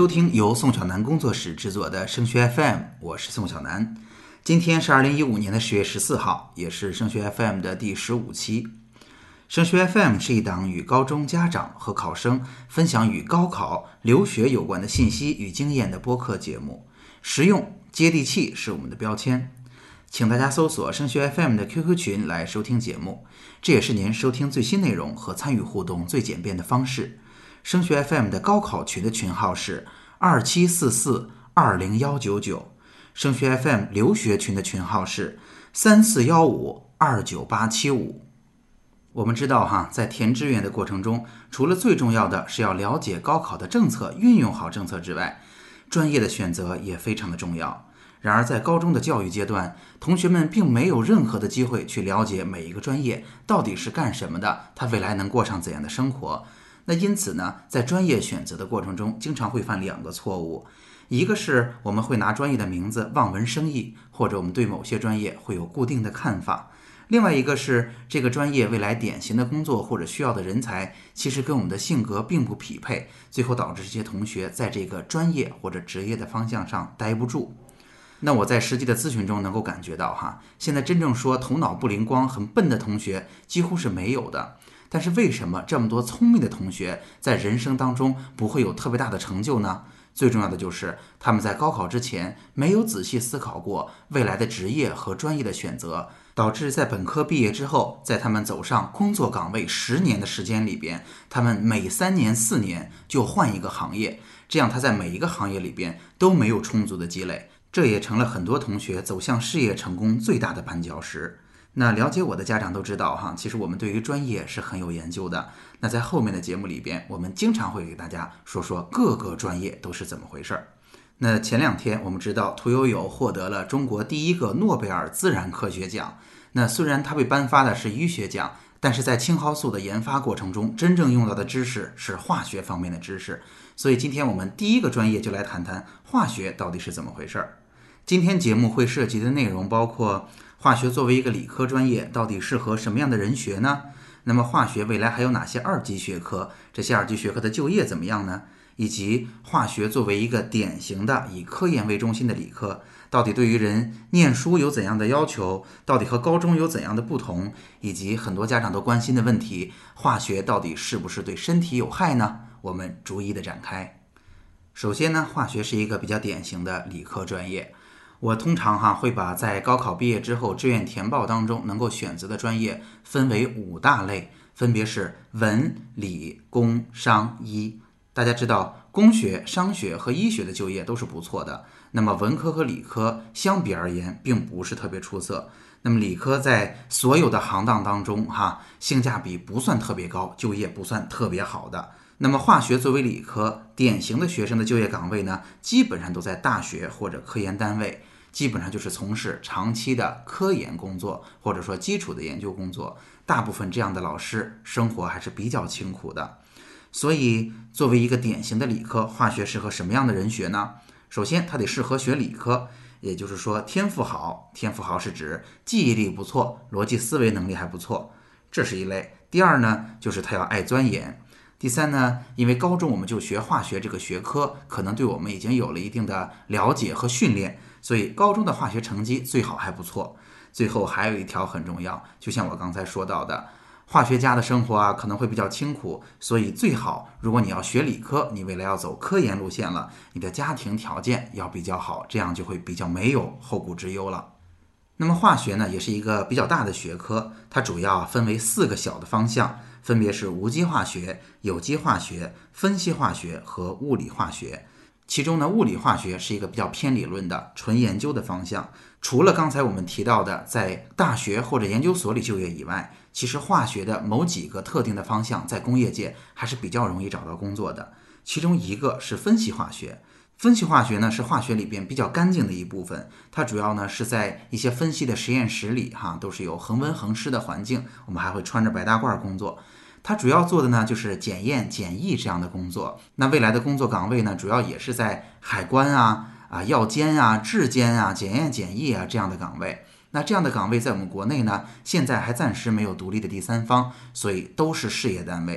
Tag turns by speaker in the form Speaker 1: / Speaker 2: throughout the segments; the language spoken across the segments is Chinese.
Speaker 1: 收听由宋小南工作室制作的升学 FM， 我是宋小南。今天是2015年的10月14号，也是升学 FM 的第15期。升学 FM 是一档与高中家长和考生分享与高考、留学有关的信息与经验的播客节目，实用、接地气是我们的标签。请大家搜索升学 FM 的 QQ 群来收听节目，这也是您收听最新内容和参与互动最简便的方式。升学 FM 的高考群的群号是2744-20199，升学 FM 留学群的群号是3415-29875。我们知道在填志愿的过程中，除了最重要的是要了解高考的政策，运用好政策之外，专业的选择也非常的重要。然而在高中的教育阶段，同学们并没有任何的机会去了解每一个专业到底是干什么的，他未来能过上怎样的生活。那因此呢，在专业选择的过程中，经常会犯两个错误。一个是我们会拿专业的名字望文生义，或者我们对某些专业会有固定的看法。另外一个是这个专业未来典型的工作或者需要的人才，其实跟我们的性格并不匹配，最后导致这些同学在这个专业或者职业的方向上待不住。那我在实际的咨询中能够感觉到现在真正说头脑不灵光、很笨的同学几乎是没有的。但是为什么这么多聪明的同学在人生当中不会有特别大的成就呢？最重要的就是他们在高考之前没有仔细思考过未来的职业和专业的选择，导致在本科毕业之后，在他们走上工作岗位10年的时间里边，他们每3年4年就换一个行业，这样他在每一个行业里边都没有充足的积累，这也成了很多同学走向事业成功最大的绊脚石。那了解我的家长都知道其实我们对于专业是很有研究的。那在后面的节目里边，我们经常会给大家说说各个专业都是怎么回事。那前2天我们知道屠呦呦获得了中国第1个诺贝尔自然科学奖。那虽然他被颁发的是医学奖，但是在青蒿素的研发过程中，真正用到的知识是化学方面的知识。所以今天我们第1个专业就来谈谈化学到底是怎么回事。今天节目会涉及的内容包括化学作为一个理科专业，到底适合什么样的人学呢？那么化学未来还有哪些2级学科？这些2级学科的就业怎么样呢？以及化学作为一个典型的以科研为中心的理科，到底对于人念书有怎样的要求？到底和高中有怎样的不同？以及很多家长都关心的问题，化学到底是不是对身体有害呢？我们逐一的展开。首先呢，化学是一个比较典型的理科专业。我通常会把在高考毕业之后志愿填报当中能够选择的专业分为5大类，分别是文、理、工、商、医。大家知道工学、商学和医学的就业都是不错的，那么文科和理科相比而言并不是特别出色。那么理科在所有的行当当中性价比不算特别高，就业不算特别好的。那么化学作为理科典型的学生的就业岗位呢，基本上都在大学或者科研单位，基本上就是从事长期的科研工作，或者说基础的研究工作。大部分这样的老师生活还是比较清苦的。所以作为一个典型的理科，化学适合什么样的人学呢？首先它得适合学理科，也就是说天赋好。天赋好是指记忆力不错，逻辑思维能力还不错，这是一类。第二呢，就是他要爱钻研。第三呢，因为高中我们就学化学这个学科，可能对我们已经有了一定的了解和训练，所以高中的化学成绩最好还不错。最后还有一条很重要，就像我刚才说到的，化学家的生活可能会比较清苦，所以最好如果你要学理科，你未来要走科研路线了，你的家庭条件要比较好，这样就会比较没有后顾之忧了。那么化学呢，也是一个比较大的学科，它主要分为4个小的方向，分别是无机化学、有机化学、分析化学和物理化学。其中呢，物理化学是一个比较偏理论的纯研究的方向。除了刚才我们提到的在大学或者研究所里就业以外，其实化学的某几个特定的方向在工业界还是比较容易找到工作的。其中一个是分析化学。分析化学呢是化学里边比较干净的一部分，它主要呢是在一些分析的实验室里都是有恒温恒湿的环境，我们还会穿着白大褂工作。它主要做的呢就是检验检疫这样的工作。那未来的工作岗位呢，主要也是在海关药监质监检验检疫这样的岗位。那这样的岗位在我们国内呢，现在还暂时没有独立的第三方，所以都是事业单位。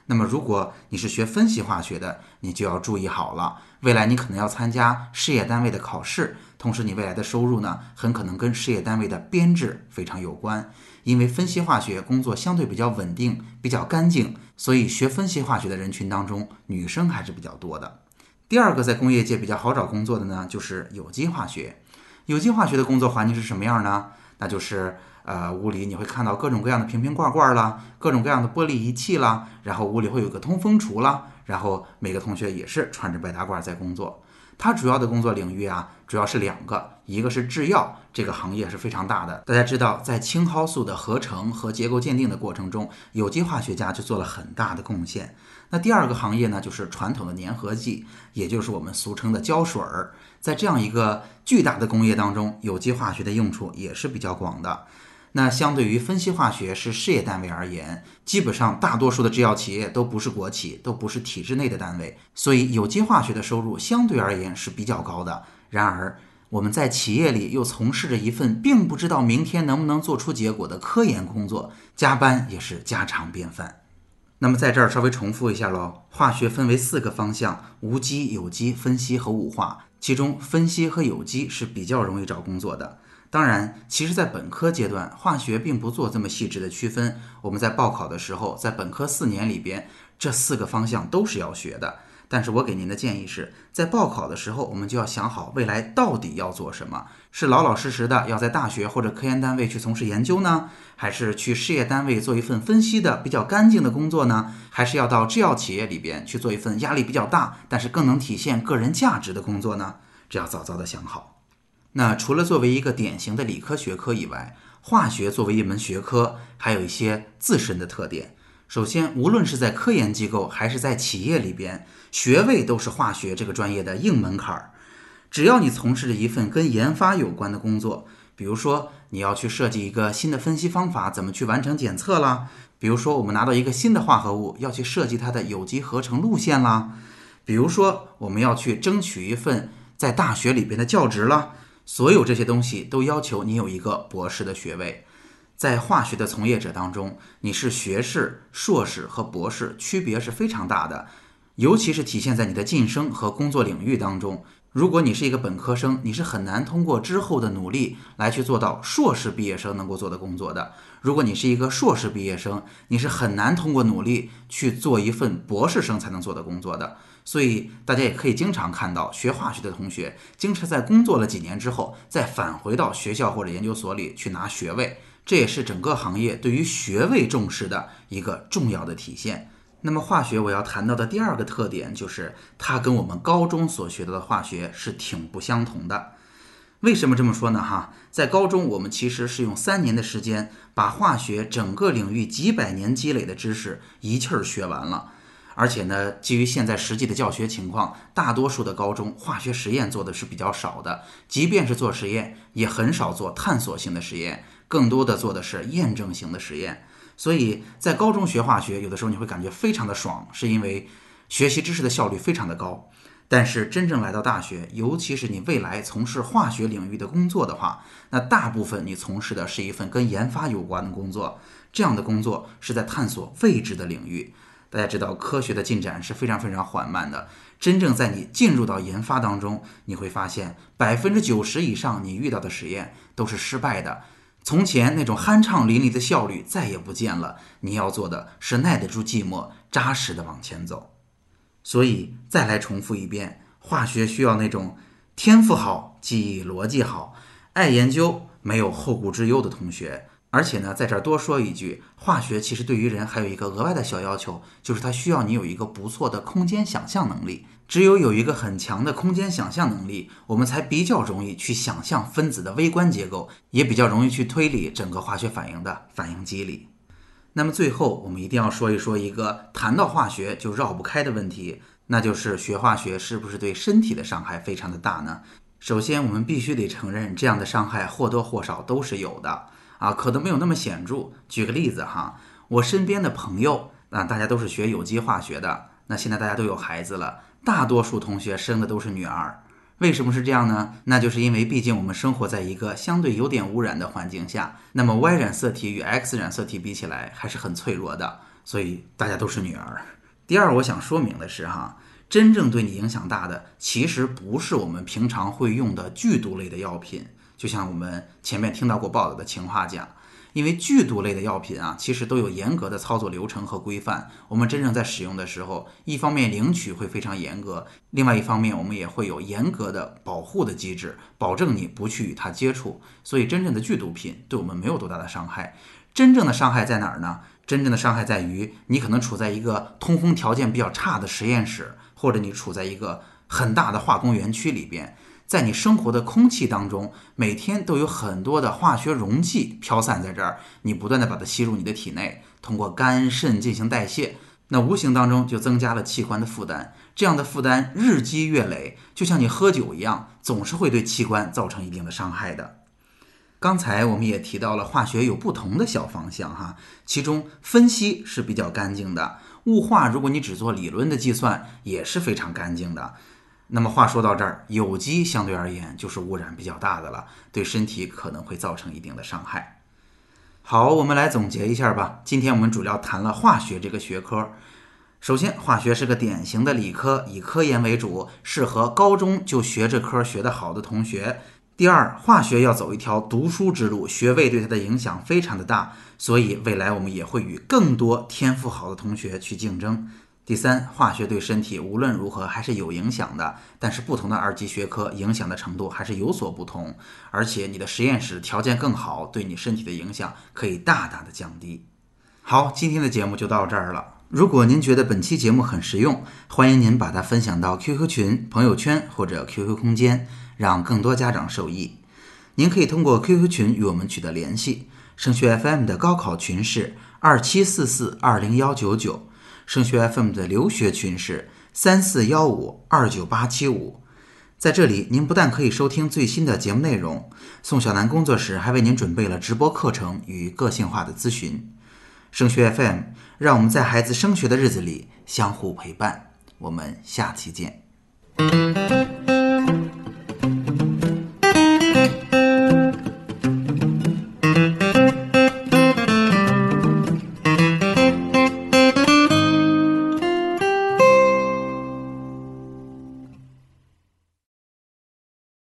Speaker 1: 那么如果你是学分析化学的，你就要注意好了，未来你可能要参加事业单位的考试，同时你未来的收入呢，很可能跟事业单位的编制非常有关。因为分析化学工作相对比较稳定，比较干净，所以学分析化学的人群当中，女生还是比较多的。第二个在工业界比较好找工作的呢，就是有机化学。有机化学的工作环境是什么样呢？那就是屋里你会看到各种各样的瓶瓶罐罐啦，各种各样的玻璃仪器啦，然后屋里会有个通风橱啦，然后每个同学也是穿着白大褂在工作。它主要的工作领域啊，主要是两个，一个是制药，这个行业是非常大的。大家知道，在青蒿素的合成和结构鉴定的过程中，有机化学家就做了很大的贡献。那第二个行业呢，就是传统的粘合剂，也就是我们俗称的胶水儿。在这样一个巨大的工业当中，有机化学的用处也是比较广的。那相对于分析化学是事业单位而言，基本上大多数的制药企业都不是国企，都不是体制内的单位，所以有机化学的收入相对而言是比较高的。然而，我们在企业里又从事着一份并不知道明天能不能做出结果的科研工作，加班也是家常便饭。那么在这儿稍微重复一下喽，化学分为4个方向：无机、有机、分析和五化。其中分析和有机是比较容易找工作的。当然，其实在本科阶段，化学并不做这么细致的区分。我们在报考的时候，在本科4年里边，这4个方向都是要学的。但是我给您的建议是，在报考的时候，我们就要想好未来到底要做什么，是老老实实的要在大学或者科研单位去从事研究呢，还是去事业单位做一份分析的比较干净的工作呢，还是要到制药企业里边去做一份压力比较大，但是更能体现个人价值的工作呢？这要早早的想好。那除了作为一个典型的理科学科以外，化学作为一门学科，还有一些自身的特点。首先，无论是在科研机构还是在企业里边，学位都是化学这个专业的硬门槛儿。只要你从事着一份跟研发有关的工作，比如说你要去设计一个新的分析方法，怎么去完成检测啦；比如说我们拿到一个新的化合物，要去设计它的有机合成路线啦；比如说我们要去争取一份在大学里边的教职啦。所有这些东西都要求你有一个博士的学位。在化学的从业者当中，你是学士、硕士和博士区别是非常大的，尤其是体现在你的晋升和工作领域当中。如果你是一个本科生，你是很难通过之后的努力来去做到硕士毕业生能够做的工作的。如果你是一个硕士毕业生，你是很难通过努力去做一份博士生才能做的工作的。所以大家也可以经常看到学化学的同学经常在工作了几年之后再返回到学校或者研究所里去拿学位，这也是整个行业对于学位重视的一个重要的体现。那么化学我要谈到的第二个特点就是它跟我们高中所学到的化学是挺不相同的。为什么这么说呢？在高中我们其实是用3年的时间把化学整个领域几百年积累的知识一气儿学完了。而且呢，基于现在实际的教学情况，大多数的高中化学实验做的是比较少的，即便是做实验，也很少做探索性的实验，更多的做的是验证型的实验。所以在高中学化学，有的时候你会感觉非常的爽，是因为学习知识的效率非常的高。但是真正来到大学，尤其是你未来从事化学领域的工作的话，那大部分你从事的是一份跟研发有关的工作，这样的工作是在探索未知的领域。大家知道科学的进展是非常非常缓慢的，真正在你进入到研发当中，你会发现90%以上你遇到的实验都是失败的。从前那种酣畅淋漓的效率再也不见了，你要做的是耐得住寂寞，扎实的往前走。所以再来重复一遍，化学需要那种天赋好、记忆逻辑好、爱研究、没有后顾之忧的同学。而且呢，在这儿多说一句，化学其实对于人还有一个额外的小要求，就是它需要你有一个不错的空间想象能力。只有一个很强的空间想象能力，我们才比较容易去想象分子的微观结构，也比较容易去推理整个化学反应的反应机理。那么最后，我们一定要说一说一个谈到化学就绕不开的问题，那就是学化学是不是对身体的伤害非常的大呢？首先，我们必须得承认，这样的伤害或多或少都是有的。可能没有那么显著。举个例子我身边的朋友大家都是学有机化学的，那现在大家都有孩子了，大多数同学生的都是女儿。为什么是这样呢？那就是因为毕竟我们生活在一个相对有点污染的环境下，那么 Y 染色体与 X 染色体比起来还是很脆弱的，所以大家都是女儿。 第二，我想说明的是真正对你影响大的，其实不是我们平常会用的剧毒类的药品，就像我们前面听到过报道的氰化钾。因为剧毒类的药品其实都有严格的操作流程和规范。我们真正在使用的时候，一方面领取会非常严格，另外一方面我们也会有严格的保护的机制，保证你不去与它接触。所以真正的剧毒品对我们没有多大的伤害。真正的伤害在哪儿呢？真正的伤害在于你可能处在一个通风条件比较差的实验室，或者你处在一个很大的化工园区里边，在你生活的空气当中，每天都有很多的化学溶剂飘散在这儿，你不断的把它吸入你的体内，通过肝肾进行代谢，那无形当中就增加了器官的负担。这样的负担日积月累，就像你喝酒一样，总是会对器官造成一定的伤害的。刚才我们也提到了化学有不同的小方向其中分析是比较干净的，物化如果你只做理论的计算也是非常干净的。那么话说到这儿，有机相对而言就是污染比较大的了，对身体可能会造成一定的伤害。好，我们来总结一下吧。今天我们主要谈了化学这个学科。首先，化学是个典型的理科，以科研为主，适合高中就学这科学得好的同学。第二，化学要走一条读书之路，学位对它的影响非常的大，所以未来我们也会与更多天赋好的同学去竞争。第三，化学对身体无论如何还是有影响的，但是不同的二级学科影响的程度还是有所不同，而且你的实验室条件更好，对你身体的影响可以大大的降低。好，今天的节目就到这儿了。如果您觉得本期节目很实用，欢迎您把它分享到 QQ 群、朋友圈或者 QQ 空间，让更多家长受益。您可以通过 QQ 群与我们取得联系。升学 FM 的高考群是2744-20199，升学 FM 的留学群是3415-29875。在这里，您不但可以收听最新的节目内容，宋小楠工作室还为您准备了直播课程与个性化的咨询。升学 FM， 让我们在孩子升学的日子里相互陪伴。我们下期见。